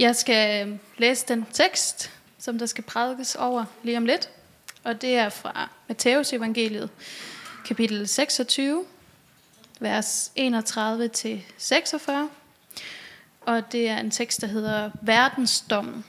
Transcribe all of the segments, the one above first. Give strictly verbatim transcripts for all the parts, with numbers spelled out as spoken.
Jeg skal læse den tekst, som der skal prædikes over lige om lidt. Og det er fra Matthæus evangeliet, kapitel seksogtyve, vers enogtredive til seksogfyrre. Og det er en tekst, der hedder Verdensdommen.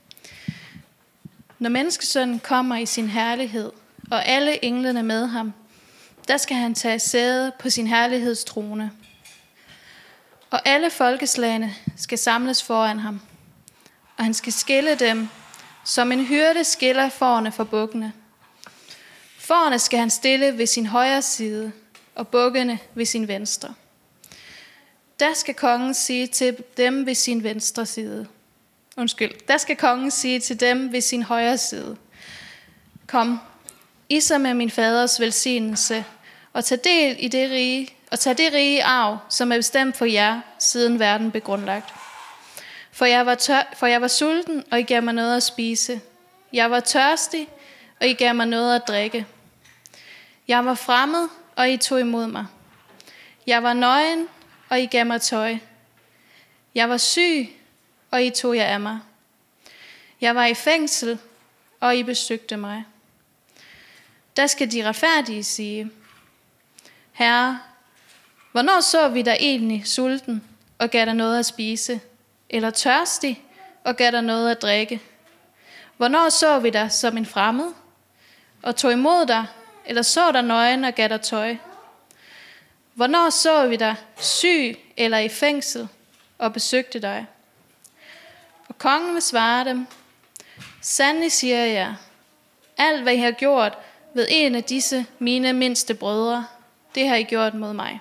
Når menneskesønnen kommer i sin herlighed, og alle englene med ham, der skal han tage sæde på sin herlighedstrone. Og alle folkeslagene skal samles foran ham, og han skal skille dem, som en hyrde skiller fårene fra bukkene. Fårene skal han stille ved sin højre side, og bukkene ved sin venstre. Der skal kongen sige til dem ved sin venstre side. Undskyld. Der skal kongen sige til dem ved sin højre side. Kom, I som er min faders velsignelse, og tag del i det rige, og tag det rige arv, som er bestemt for jer, siden verden blev grundlagt. For jeg var, tør, for jeg var sulten, og I gav mig noget at spise. Jeg var tørstig, og I gav mig noget at drikke. Jeg var fremmed, og I tog imod mig. Jeg var nøgen, og I gav mig tøj. Jeg var syg, og I tog jer af mig. Jeg var i fængsel, og I besøgte mig. Der skal de retfærdige sige: Herre, hvornår så vi dig egentlig sulten, og gav dig noget at spise, eller tørstig, og gav dig noget at drikke? Hvornår så vi dig som en fremmed, og tog imod dig, eller så dig nøgen og gav dig tøj? Hvornår så vi dig syg eller i fængsel, og besøgte dig? Og kongen vil svare dem: Sandelig siger jeg, alt hvad I har gjort ved en af disse mine mindste brødre, det har I gjort mod mig.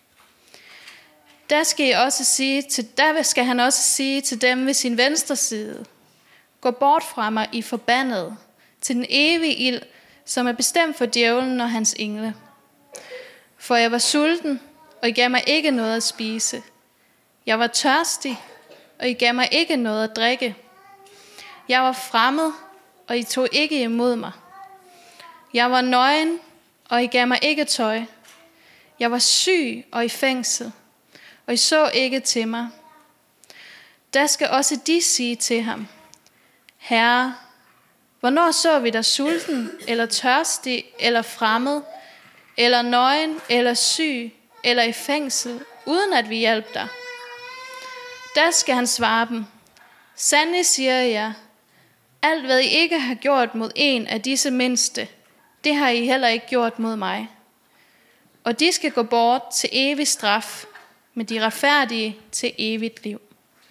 Der skal, I også sige til, der skal han også sige til dem ved sin venstre side: Gå bort fra mig, I forbandede, til den evige ild, som er bestemt for djævlen og hans engle. For jeg var sulten, og I gav mig ikke noget at spise. Jeg var tørstig, og I gav mig ikke noget at drikke. Jeg var fremmed, og I tog ikke imod mig. Jeg var nøgen, og I gav mig ikke tøj. Jeg var syg og i fængsel, og I så ikke til mig. Der skal også de sige til ham: Herre, hvornår så vi dig sulten, eller tørstig, eller fremmed, eller nøgen, eller syg, eller i fængsel, uden at vi hjalp dig? Der skal han svare dem: Sandelig siger jeg, alt hvad I ikke har gjort mod en af disse mindste, det har I heller ikke gjort mod mig. Og de skal gå bort til evig straf, men de retfærdige til evigt liv.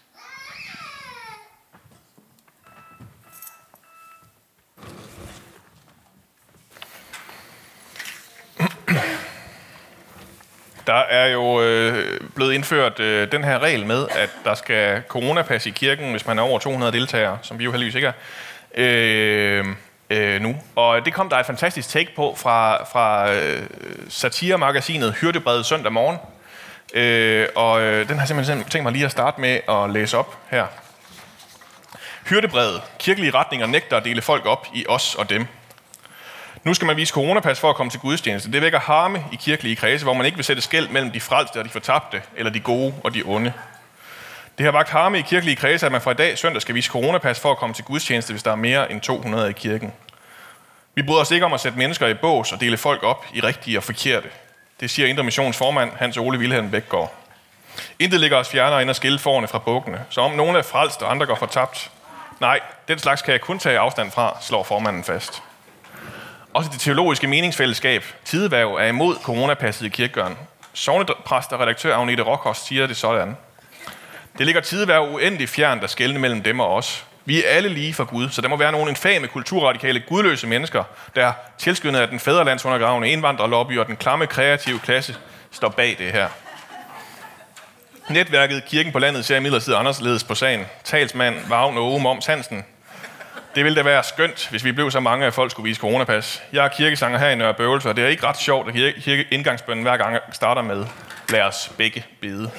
Der er jo øh, blevet indført øh, den her regel med, at der skal coronapas i kirken, hvis man er over to hundrede deltagere, som vi jo heldigvis ikke er, øh, øh, nu. Og det kom der et fantastisk take på fra, fra øh, satiremagasinet Hyrdebrevet søndag morgen. Øh, og øh, den har jeg simpelthen tænkt mig lige at starte med at læse op her. Hyrdebrevet. Kirkelige retninger nægter at dele folk op i os og dem. Nu skal man vise coronapas for at komme til gudstjeneste. Det vækker harme i kirkelige kredse, hvor man ikke vil sætte skel mellem de frelste og de fortabte, eller de gode og de onde. Det har vakt harme i kirkelige kredse, at man fra i dag søndag skal vise coronapas for at komme til gudstjeneste, hvis der er mere end to hundrede i kirken. Vi bryder os ikke om at sætte mennesker i bås og dele folk op i rigtige og forkerte. Det siger Indre Missions formand, Hans Ole Vilhelm Bækgaard. Intet ligger os fjernere end at skille fårene fra bukkene, så om nogle er frelst og andre går fortabt. Nej, den slags kan jeg kun tage afstand fra, slår formanden fast. Også det teologiske meningsfællesskab, Tidehverv, er imod coronapasset i kirkegården. Sognepræst og redaktør Agnete Rockhorst siger det sådan: Det ligger Tidehverv uendelig fjernt at skelne mellem dem og os. Vi er alle lige for Gud, så der må være nogle infame kulturradikale, gudløse mennesker, der tilskyndet af den fædrelandsundergravende indvandrerlobby og den klamme kreative klasse står bag det her. Netværket Kirken på landet ser imidlertid anderledes på sagen. Talsmand Vagn og Moms Hansen: Det ville da være skønt, hvis vi blev så mange, at folk skulle vise coronapas. Jeg er kirkesanger her i Nørre Bøvelse, og det er ikke ret sjovt, at kirke indgangsbønnen hver gang starter med: Lad os begge bede.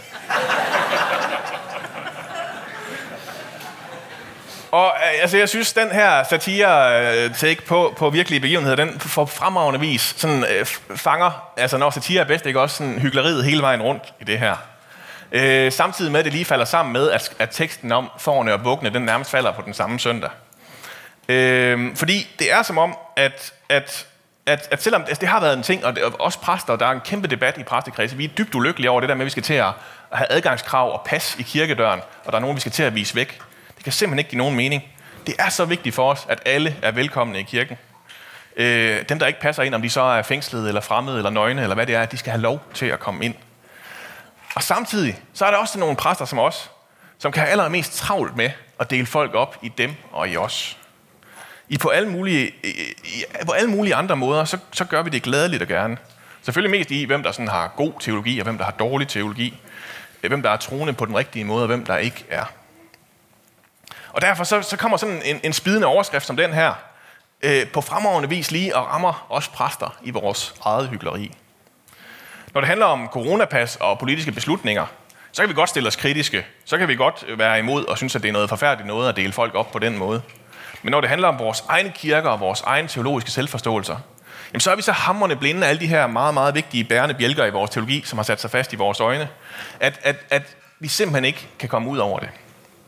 Og altså, jeg synes, den her satire-take på, på virkelige begivenheder, den får fremragende vis sådan, øh, fanger, altså når satire er bedst, ikke også sådan hykleriet hele vejen rundt i det her. Øh, samtidig med, at det lige falder sammen med, at, at teksten om fårene og bukkene, den nærmest falder på den samme søndag. Øh, fordi det er som om, at, at, at, at selvom altså det har været en ting, og det, også præster, der er en kæmpe debat i præstekredse, vi er dybt ulykkelige over det der med, at vi skal til at have adgangskrav og pas i kirkedøren, og der er nogen, vi skal til at vise væk. Det kan simpelthen ikke give nogen mening. Det er så vigtigt for os, at alle er velkomne i kirken. Øh, dem, der ikke passer ind, om de så er fængslede, eller fremmede, eller nøgne, eller hvad det er, de skal have lov til at komme ind. Og samtidig, så er der også nogle præster som os, som kan have allermest travlt med at dele folk op i dem og i os. I på alle mulige, i, i, på alle mulige andre måder, så, så gør vi det gladeligt og gerne. Selvfølgelig mest i, hvem der sådan har god teologi, og hvem der har dårlig teologi. Hvem der er troende på den rigtige måde, og hvem der ikke er. Og derfor så, så kommer sådan en, en spidende overskrift som den her, øh, på fremragende vis lige og rammer os præster i vores eget hykleri. Når det handler om coronapas og politiske beslutninger, så kan vi godt stille os kritiske. Så kan vi godt være imod og synes, at det er noget forfærdeligt noget at dele folk op på den måde. Men når det handler om vores egne kirker og vores egne teologiske selvforståelser, jamen så er vi så hamrende blinde af alle de her meget, meget vigtige bærende bjælker i vores teologi, som har sat sig fast i vores øjne, at, at, at vi simpelthen ikke kan komme ud over det.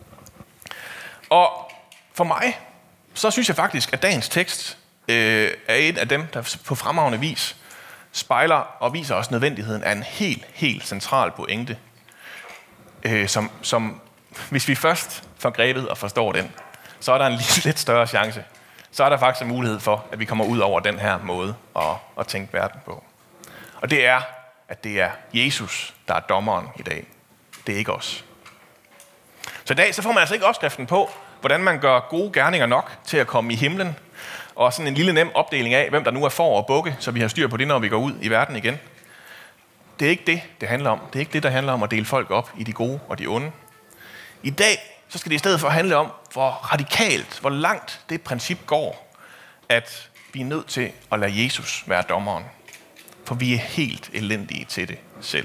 Og for mig, så synes jeg faktisk, at dagens tekst øh, er et af dem, der på fremragende vis spejler og viser os nødvendigheden af en helt, helt central pointe, øh, som, som hvis vi først får grebet og forstår den, så er der en lidt større chance. Så er der faktisk en mulighed for, at vi kommer ud over den her måde at, at tænke verden på. Og det er, at det er Jesus, der er dommeren i dag. Det er ikke os. Så i dag så får man altså ikke opskriften på, hvordan man gør gode gerninger nok til at komme i himlen, og sådan en lille nem opdeling af, hvem der nu er for og bukke, så vi har styr på det, når vi går ud i verden igen. Det er ikke det, det handler om. Det er ikke det, der handler om at dele folk op i de gode og de onde. I dag så skal det i stedet for handle om, hvor radikalt, hvor langt det princip går, at vi er nødt til at lade Jesus være dommeren. For vi er helt elendige til det selv.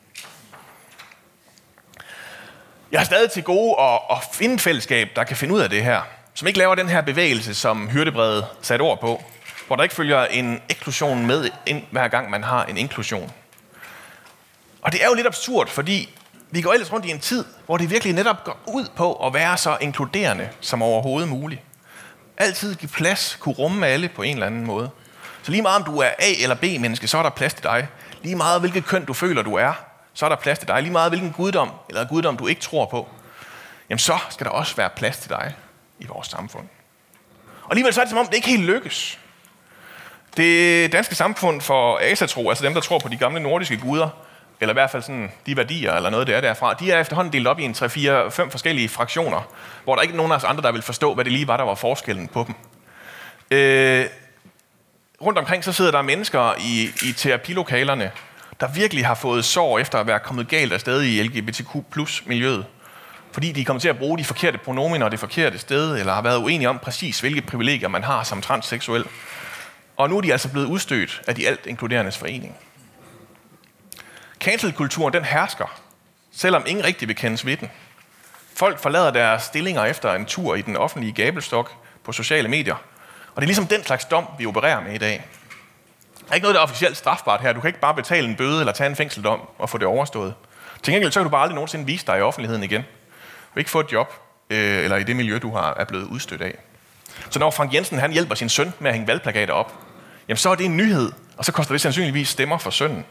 Jeg har stadig til gode at, at finde et fællesskab, der kan finde ud af det her. Som ikke laver den her bevægelse, som hyrdebrevet sat ord på. Hvor der ikke følger en eksklusion med ind, hver gang man har en inklusion. Og det er jo lidt absurd, fordi vi går ellers rundt i en tid, hvor det virkelig netop går ud på at være så inkluderende som overhovedet muligt. Altid give plads, kunne rumme alle på en eller anden måde. Så lige meget om du er A- eller B-menneske, så er der plads til dig. Lige meget hvilket køn du føler, du er, så er der plads til dig. Lige meget hvilken guddom eller guddom du ikke tror på, jamen så skal der også være plads til dig i vores samfund. Og alligevel så er det som om, det ikke helt lykkes. Det danske samfund for asatro, altså dem, der tror på de gamle nordiske guder, eller i hvert fald sådan de værdier eller noget, det er derfra, de er efterhånden delt op i en tre, fire, fem forskellige fraktioner, hvor der ikke er nogen af os andre, der vil forstå, hvad det lige var, der var forskellen på dem. Øh, rundt omkring så sidder der mennesker i, i terapilokalerne, der virkelig har fået sår efter at være kommet galt afsted i L G B T Q plus miljøet. Fordi de er kommet til at bruge de forkerte pronomener det forkerte sted, eller har været uenige om præcis, hvilke privilegier man har som transseksuel. Og nu er de altså blevet udstødt af de alt inkluderendes forening. Cancel-kulturen, den hersker, selvom ingen rigtig vil kendes ved den. Folk forlader deres stillinger efter en tur i den offentlige gabelstok på sociale medier. Og det er ligesom den slags dom, vi opererer med i dag. Der er ikke noget, der er officielt strafbart her. Du kan ikke bare betale en bøde eller tage en fængseldom og få det overstået. Til gengæld så kan du bare aldrig nogensinde vise dig i offentligheden igen. Du kan ikke få et job, øh, eller i det miljø, du har, er blevet udstødt af. Så når Frank Jensen han hjælper sin søn med at hænge valgplakater op, jamen så er det en nyhed, og så koster det sandsynligvis stemmer for sønnen.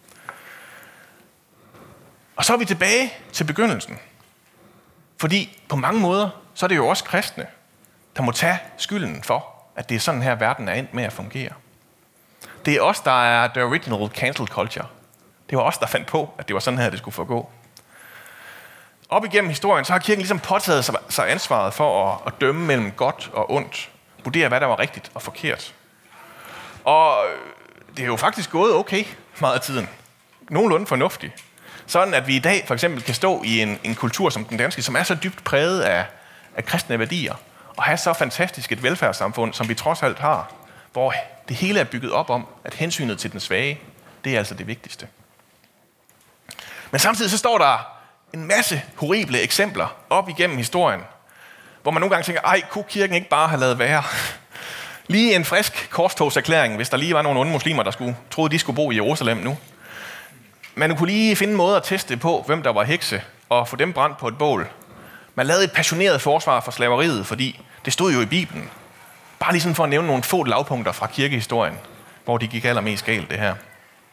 Og så er vi tilbage til begyndelsen. Fordi på mange måder, så er det jo også kristne, der må tage skylden for, at det er sådan her, verden er endt med at fungere. Det er os, der er the original cancel culture. Det var os, der fandt på, at det var sådan her, det skulle forgå. Op igennem historien, så har kirken ligesom påtaget sig ansvaret for at, at dømme mellem godt og ondt. Vurdere, hvad der var rigtigt og forkert. Og det er jo faktisk gået okay meget af tiden. Nogenlunde fornuftigt. Sådan at vi i dag for eksempel kan stå i en, en kultur som den danske, som er så dybt præget af, af kristne værdier, og have så fantastisk et velfærdssamfund, som vi trods alt har, hvor det hele er bygget op om, at hensynet til den svage, det er altså det vigtigste. Men samtidig så står der en masse horrible eksempler op igennem historien, hvor man nogle gange tænker, ej, kunne kirken ikke bare have lavet være? Lige en frisk korstogserklæring, hvis der lige var nogle onde muslimer, der skulle, troede, de skulle bo i Jerusalem nu. Man kunne lige finde måder at teste på, hvem der var hekse, og få dem brændt på et bål. Man lavede et passioneret forsvar for slaveriet, fordi det stod jo i Bibelen. Bare lige sådan for at nævne nogle få lavpunkter fra kirkehistorien, hvor de gik allermest galt, det her.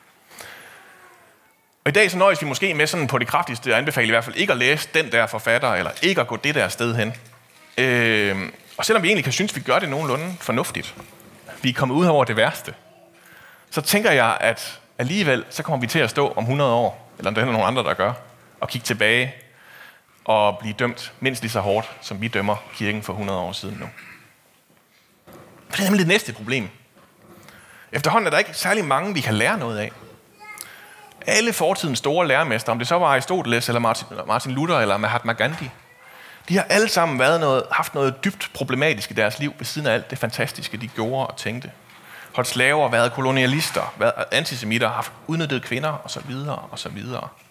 Og i dag så nøjes vi måske med sådan på det kraftigste anbefale i hvert fald ikke at læse den der forfatter, eller ikke at gå det der sted hen. Øh, og selvom vi egentlig kan synes, at vi gør det nogenlunde fornuftigt, vi er kommet ud over det værste, så tænker jeg, at alligevel så kommer vi til at stå om hundrede år, eller der er nogle andre, der gør, og kigge tilbage og blive dømt mindst lige så hårdt, som vi dømmer kirken for hundrede år siden nu. For det er nemlig det næste problem. Efterhånden er der ikke særlig mange, vi kan lære noget af. Alle fortidens store lærermestre, om det så var Aristoteles, eller Martin, Martin Luther, eller Mahatma Gandhi, de har alle sammen været noget, haft noget dybt problematisk i deres liv, ved siden af alt det fantastiske, de gjorde og tænkte. Holdt slaver, været kolonialister, været antisemitter, haft udnyttet kvinder, osv. osv.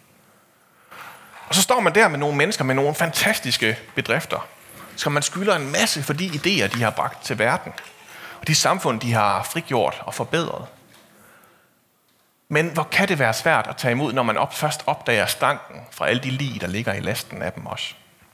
Og så står man der med nogle mennesker med nogle fantastiske bedrifter, som man skylder en masse for de idéer, de har bragt til verden, og de samfund, de har frigjort og forbedret. Men hvor kan det være svært at tage imod, når man op, først opdager stanken fra alle de lig, der ligger i lasten af dem også.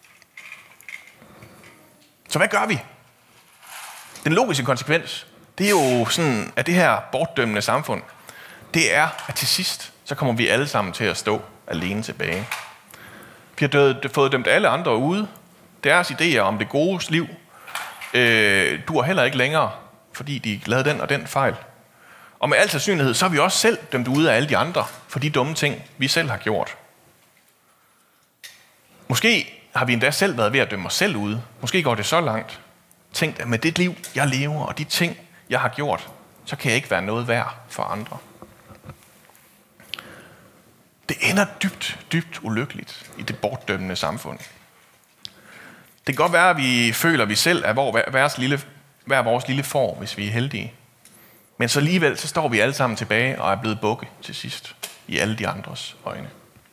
Så hvad gør vi? Den logiske konsekvens, det er jo sådan, at det her bortdømmende samfund, det er, at til sidst, så kommer vi alle sammen til at stå alene tilbage. Vi har død, fået dømt alle andre ude. Deres idéer om det gode liv øh, dur heller ikke længere, fordi de lavede den og den fejl. Og med al sandsynlighed, så er vi også selv dømt ude af alle de andre, for de dumme ting, vi selv har gjort. Måske har vi endda selv været ved at dømme os selv ude. Måske går det så langt. Tænk, at med det liv, jeg lever, og de ting, jeg har gjort, så kan jeg ikke være noget værd for andre. Det ender dybt, dybt ulykkeligt i det bortdømmende samfund. Det kan godt være, at vi føler, at vi selv er vores lille, hver vores lille får, hvis vi er heldige. Men så alligevel, så står vi alle sammen tilbage og er blevet bukke til sidst i alle de andres øjne.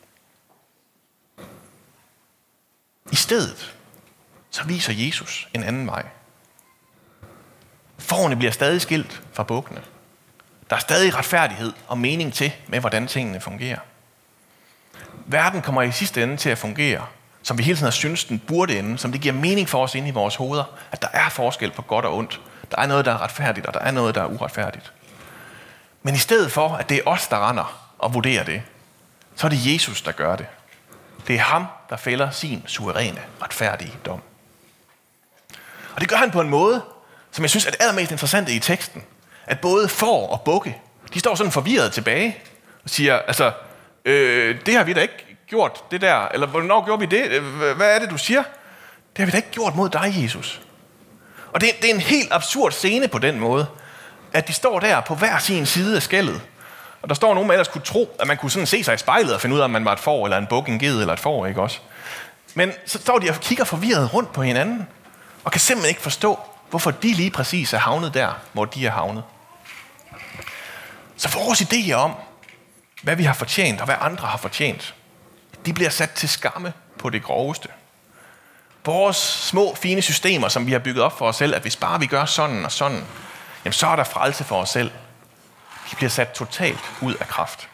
I stedet, så viser Jesus en anden vej. Fårene bliver stadig skilt fra bukkene. Der er stadig retfærdighed og mening til med, hvordan tingene fungerer. Verden kommer i sidste ende til at fungere, som vi hele tiden har syntes, den burde ende, som det giver mening for os inde i vores hoveder, at der er forskel på godt og ondt. Der er noget, der er retfærdigt, og der er noget, der er uretfærdigt. Men i stedet for, at det er os, der render og vurderer det, så er det Jesus, der gør det. Det er ham, der fælder sin suveræne, retfærdige dom. Og det gør han på en måde, som jeg synes er det allermest interessante i teksten. At både får og bukke, de står sådan forvirret tilbage og siger, altså, øh, det har vi da ikke gjort, det der. Eller hvornår gjorde vi det? Hvad er det, du siger? Det har vi da ikke gjort mod dig, Jesus. Og det, det er en helt absurd scene på den måde, at de står der på hver sin side af skellet. Og der står nogen, man ellers kunne tro, at man kunne sådan se sig i spejlet og finde ud af, om man var et får, eller en buk, en ged, eller et får, ikke også? Men så står de og kigger forvirret rundt på hinanden, og kan simpelthen ikke forstå, hvorfor de lige præcis er havnet der, hvor de er havnet. Så vores idéer om, hvad vi har fortjent, og hvad andre har fortjent, de bliver sat til skamme på det groveste. Vores små, fine systemer, som vi har bygget op for os selv, at hvis bare vi gør sådan og sådan, jamen så er der frelse for os selv. De bliver sat totalt ud af kraft.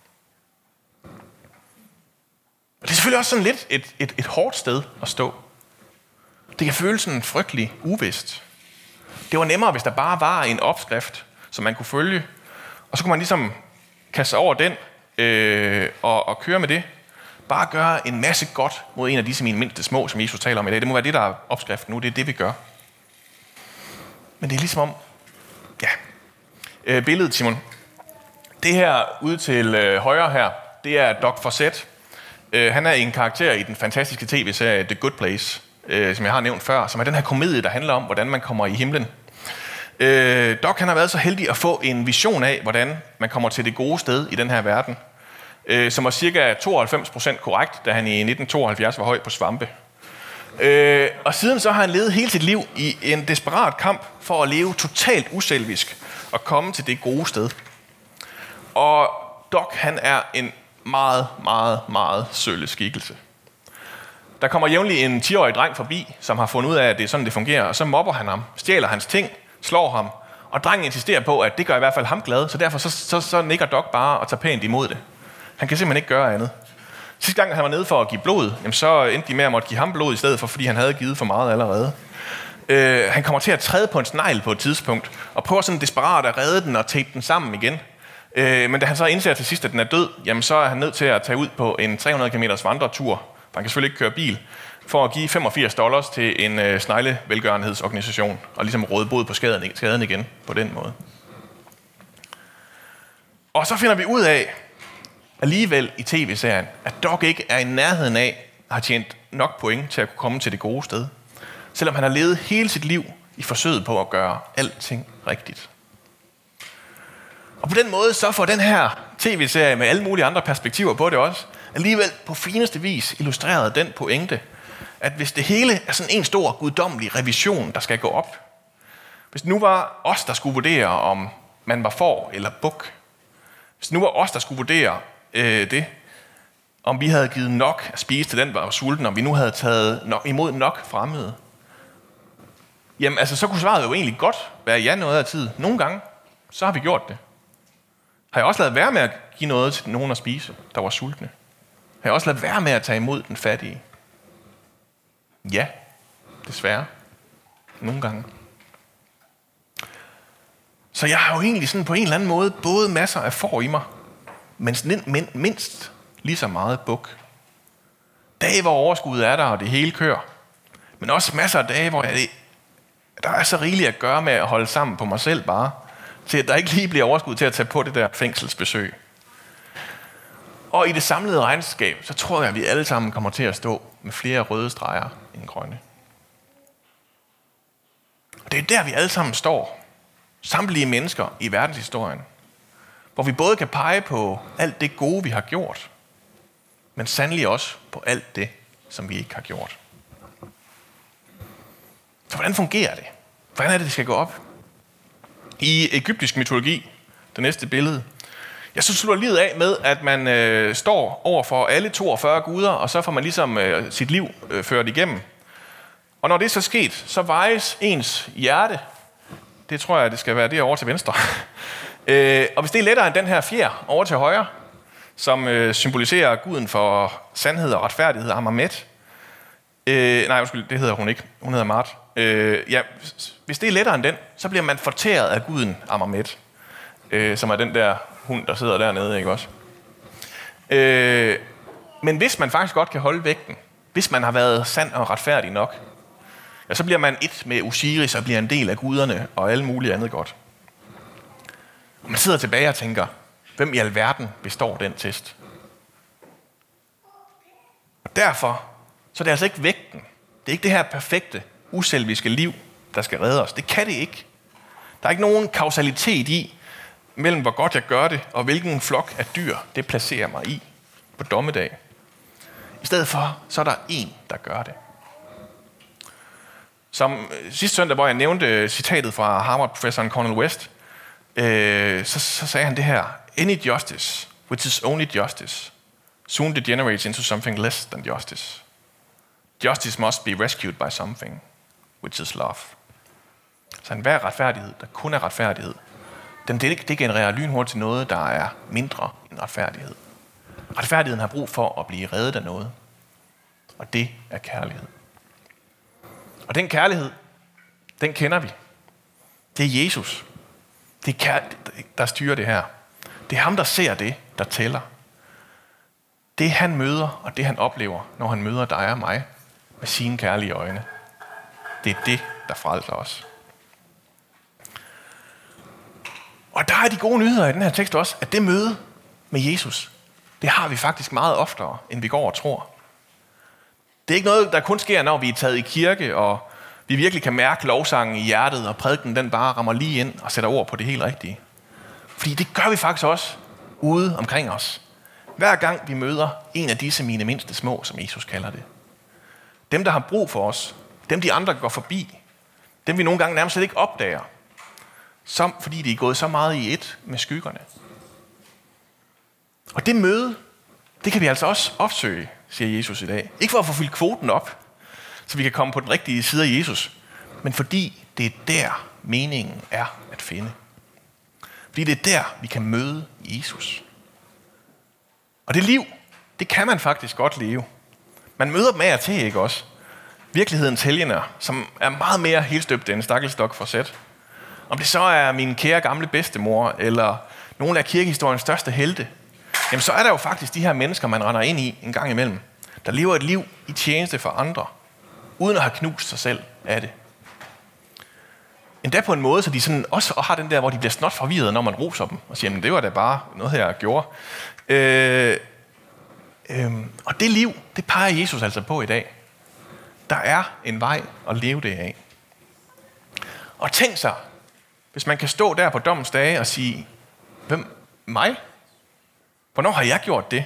Og det er selvfølgelig også sådan lidt et, et, et hårdt sted at stå. Det kan føles sådan frygtelig uvist. Det var nemmere, hvis der bare var en opskrift, som man kunne følge, og så kunne man ligesom kaste over den øh, og, og køre med det. Bare gøre en masse godt mod en af disse mine mindste små, som Jesus taler om i dag. Det må være det, der er opskriften nu. Det er det, vi gør. Men det er ligesom om... Ja. Øh, billedet, Simon. Det her ude til øh, højre her, det er Doc Forset. Øh, han er en karakter i den fantastiske tv-serie The Good Place, øh, som jeg har nævnt før, som er den her komedie, der handler om, hvordan man kommer i himlen. Øh, Doc, han har været så heldig at få en vision af, hvordan man kommer til det gode sted i den her verden, øh, som var cirka tooghalvfems procent korrekt, da han i nitten tooghalvfjerds var høj på svampe. Øh, og siden så har han levet hele sit liv i en desperat kamp for at leve totalt uselvisk og komme til det gode sted. Og Doc, han er en meget, meget, meget sølle skikkelse. Der kommer jævnligt en ti-årig dreng forbi, som har fundet ud af, at det er sådan, det fungerer, og så mobber han ham, stjæler hans ting, slår ham, og drengen insisterer på, at det gør i hvert fald ham glad, så derfor så, så, så nikker Doc bare og tager pænt imod det. Han kan simpelthen ikke gøre andet. Sidste gang han var nede for at give blod, jamen så endte de med at måtte give ham blod i stedet for, fordi han havde givet for meget allerede. Øh, han kommer til at træde på en snegl på et tidspunkt, og prøver sådan desperat at redde den og tape den sammen igen. Øh, men da han så indser til sidst, at den er død, jamen så er han nødt til at tage ud på en tre hundrede kilometers vandretur, for han kan selvfølgelig ikke køre bil, for at give femogfirs dollars til en øh, sneglevelgørenhedsorganisation, og ligesom råde bod på skaden, skaden igen på den måde. Og så finder vi ud af, alligevel i tv-serien, at Doc ikke er i nærheden af, at har tjent nok point til at kunne komme til det gode sted. Selvom han har levet hele sit liv i forsøget på at gøre alting rigtigt. Og på den måde så får den her tv-serie med alle mulige andre perspektiver på det også, alligevel på fineste vis illustreret den pointe, at hvis det hele er sådan en stor guddommelig revision, der skal gå op, hvis det nu var os, der skulle vurdere, om man var får eller buk, hvis det nu var os, der skulle vurdere øh, det, om vi havde givet nok at spise til den, der var sulten, om vi nu havde taget nok, imod nok fremmede, jamen altså, så kunne svaret jo egentlig godt være ja noget af tid. Nogle gange, så har vi gjort det. Har jeg også ladet være med at give noget til nogen at spise, der var sultne? Har jeg også ladet være med at tage imod den fattige? Ja, desværre. Nogle gange. Så jeg har jo egentlig sådan på en eller anden måde både masser af får i mig, men mindst lige så meget buk. Dage, hvor overskuddet er der, og det hele kører. Men også masser af dage, hvor jeg, der er så rigeligt at gøre med at holde sammen på mig selv bare, til at der ikke lige bliver overskud til at tage på det der fængselsbesøg. Og i det samlede regnskab, så tror jeg, at vi alle sammen kommer til at stå med flere røde streger end grønne. Og det er der, vi alle sammen står. Samtlige mennesker i verdenshistorien. Hvor vi både kan pege på alt det gode, vi har gjort, men sandelig også på alt det, som vi ikke har gjort. Så hvordan fungerer det? Hvordan er det, det skal gå op? I egyptisk mytologi, det næste billede, jeg så slutter livet af med, at man øh, står over for alle toogfyrre guder, og så får man ligesom øh, sit liv øh, ført igennem. Og når det er så sket, så vejes ens hjerte. Det tror jeg, det skal være det over til venstre. øh, og hvis det er lettere end den her fjer over til højre, som øh, symboliserer guden for sandhed og retfærdighed, Amarmet. Øh, nej, undskyld, det hedder hun ikke. Hun hedder Mart. Øh, ja, hvis det er lettere end den, så bliver man fortæret af guden Amarmet, øh, som er den der hund, der sidder dernede, ikke også? Øh, men hvis man faktisk godt kan holde vægten, hvis man har været sand og retfærdig nok, ja, så bliver man et med Osiris og bliver en del af guderne og alle mulige andet godt. Og man sidder tilbage og tænker, hvem i alverden består den test? Og derfor, så er det altså ikke vægten. Det er ikke det her perfekte, uselviske liv, der skal redde os. Det kan det ikke. Der er ikke nogen kausalitet i, mellem hvor godt jeg gør det, og hvilken flok af dyr, det placerer mig i på dommedag. I stedet for, så er der en, der gør det. Som sidste søndag, hvor jeg nævnte citatet fra Harvard-professoren Cornel West, øh, så, så sagde han det her: Any justice, which is only justice, soon degenerates into something less than justice. Justice must be rescued by something, which is love. Så enhver retfærdighed, der kun er retfærdighed, den degenererer lynhurtigt til noget, der er mindre end retfærdighed. Retfærdigheden har brug for at blive reddet af noget, og det er kærlighed. Og den kærlighed, den kender vi. Det er Jesus. Det er kær- der styrer det her. Det er ham, der ser det, der tæller. Det han møder, og det han oplever, når han møder dig og mig med sine kærlige øjne. Det er det, der frelser os. Og der er de gode nyheder i den her tekst også, at det møde med Jesus, det har vi faktisk meget oftere, end vi går og tror. Det er ikke noget, der kun sker, når vi er taget i kirke, og vi virkelig kan mærke lovsangen i hjertet, og prædiken den bare rammer lige ind og sætter ord på det helt rigtige. Fordi det gør vi faktisk også ude omkring os. Hver gang vi møder en af disse mine mindste små, som Jesus kalder det. Dem, der har brug for os. Dem, de andre går forbi. Dem, vi nogle gange nærmest ikke opdager. Som, fordi de er gået så meget i et med skyggerne. Og det møde, det kan vi altså også opsøge, siger Jesus i dag. Ikke for at få fyldt kvoten op, så vi kan komme på den rigtige side af Jesus, men fordi det er der, meningen er at finde. Fordi det er der, vi kan møde Jesus. Og det liv, det kan man faktisk godt leve. Man møder dem af og til, ikke også? Virkelighedens helgener, som er meget mere helstøbte end Stakkelstok Forsæt. Om det så er min kære gamle bedstemor, eller nogle af kirkehistoriens største helte, jamen så er der jo faktisk de her mennesker, man render ind i en gang imellem, der lever et liv i tjeneste for andre, uden at have knust sig selv af det. Endda på en måde, så de sådan også har den der, hvor de bliver snot forvirret, når man roser dem, og siger, jamen det var da bare noget, jeg gjorde. Øh, øh, og det liv, det peger Jesus altså på i dag. Der er en vej at leve det af. Og tænk sig, hvis man kan stå der på dommens dage og sige, hvem? Mig? Hvornår har jeg gjort det?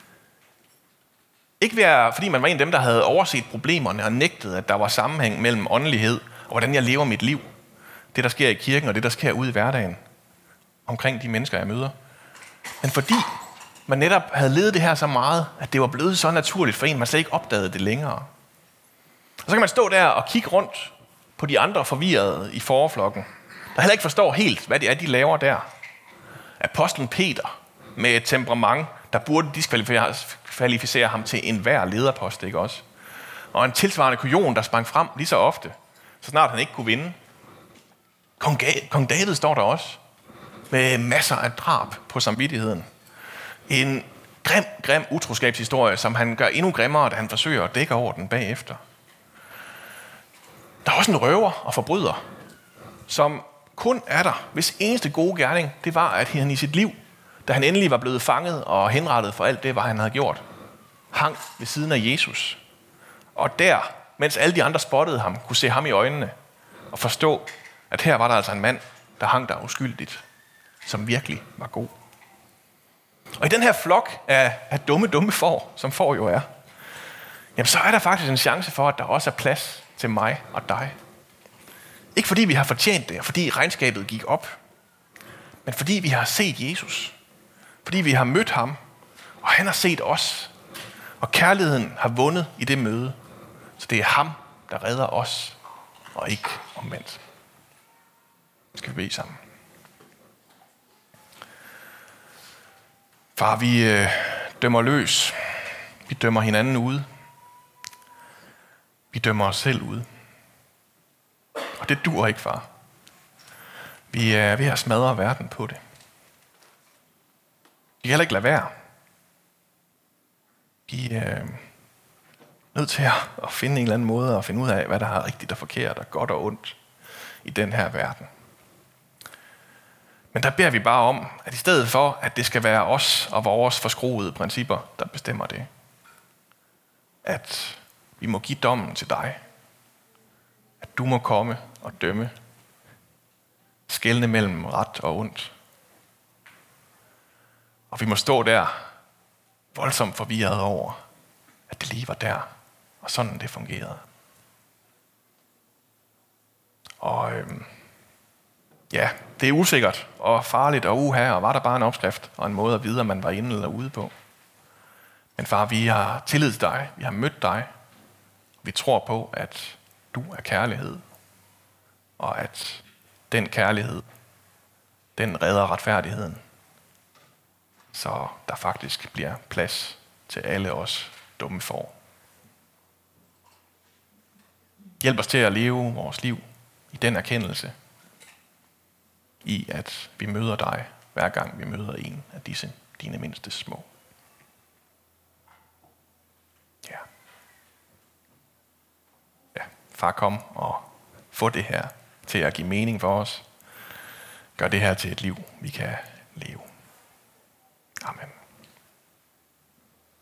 Ikke være, fordi man var en af dem, der havde overset problemerne og nægtet, at der var sammenhæng mellem åndelighed og hvordan jeg lever mit liv. Det, der sker i kirken og det, der sker ude i hverdagen. Omkring de mennesker, jeg møder. Men fordi man netop havde levet det her så meget, at det var blevet så naturligt for en, man slet ikke opdagede det længere. Og så kan man stå der og kigge rundt på de andre forvirrede i forflokken, der heller ikke forstår helt, hvad det er, de laver der. Apostlen Peter med et temperament, der burde diskvalificere ham til enhver lederpost, ikke også? Og en tilsvarende kujon, der sprang frem lige så ofte, så snart han ikke kunne vinde. Kong, Ga- Kong David står der også, med masser af drab på samvittigheden. En grim, grim utroskabshistorie, som han gør endnu grimmere, da han forsøger at dække over den bagefter. Der er også en røver og forbryder, som kun er der, hvis eneste gode gerning, det var, at han i sit liv, da han endelig var blevet fanget og henrettet for alt det, hvad han havde gjort, hang ved siden af Jesus. Og der, mens alle de andre spottede ham, kunne se ham i øjnene og forstå, at her var der altså en mand, der hang der uskyldigt, som virkelig var god. Og i den her flok af, af dumme, dumme får, som får jo er, jamen så er der faktisk en chance for, at der også er plads til mig og dig. Ikke fordi vi har fortjent det, og fordi regnskabet gik op, men fordi vi har set Jesus. Fordi vi har mødt ham, og han har set os. Og kærligheden har vundet i det møde. Så det er ham, der redder os, og ikke omvendt. Skal vi bede sammen. Far, vi øh, dømmer løs. Vi dømmer hinanden ude. Vi dømmer os selv ude. Og det duer ikke, far. Vi er ved at smadre verden på det. Vi kan heller ikke lade være. Vi er nødt til at finde en eller anden måde at finde ud af, hvad der er rigtigt og forkert og godt og ondt i den her verden. Men der beder vi bare om, at i stedet for, at det skal være os og vores forskruede principper, der bestemmer det, at vi må give dommen til dig. At du må komme og dømme. Skelne mellem ret og ondt. Og vi må stå der voldsomt forvirret over, at det lige var der, og sådan det fungerede. Og øhm, ja, det er usikkert og farligt og uha, og var der bare en opskrift og en måde at vide, om man var inde eller ude på. Men far, vi har tillid til dig, vi har mødt dig, vi tror på, at du er kærlighed, og at den kærlighed, den redder retfærdigheden, så der faktisk bliver plads til alle os dumme får. Hjælp os til at leve vores liv i den erkendelse, i at vi møder dig, hver gang vi møder en af disse dine mindste små. Ja. Ja, far, kom og få det her til at give mening for os. Gør det her til et liv, vi kan leve. Amen.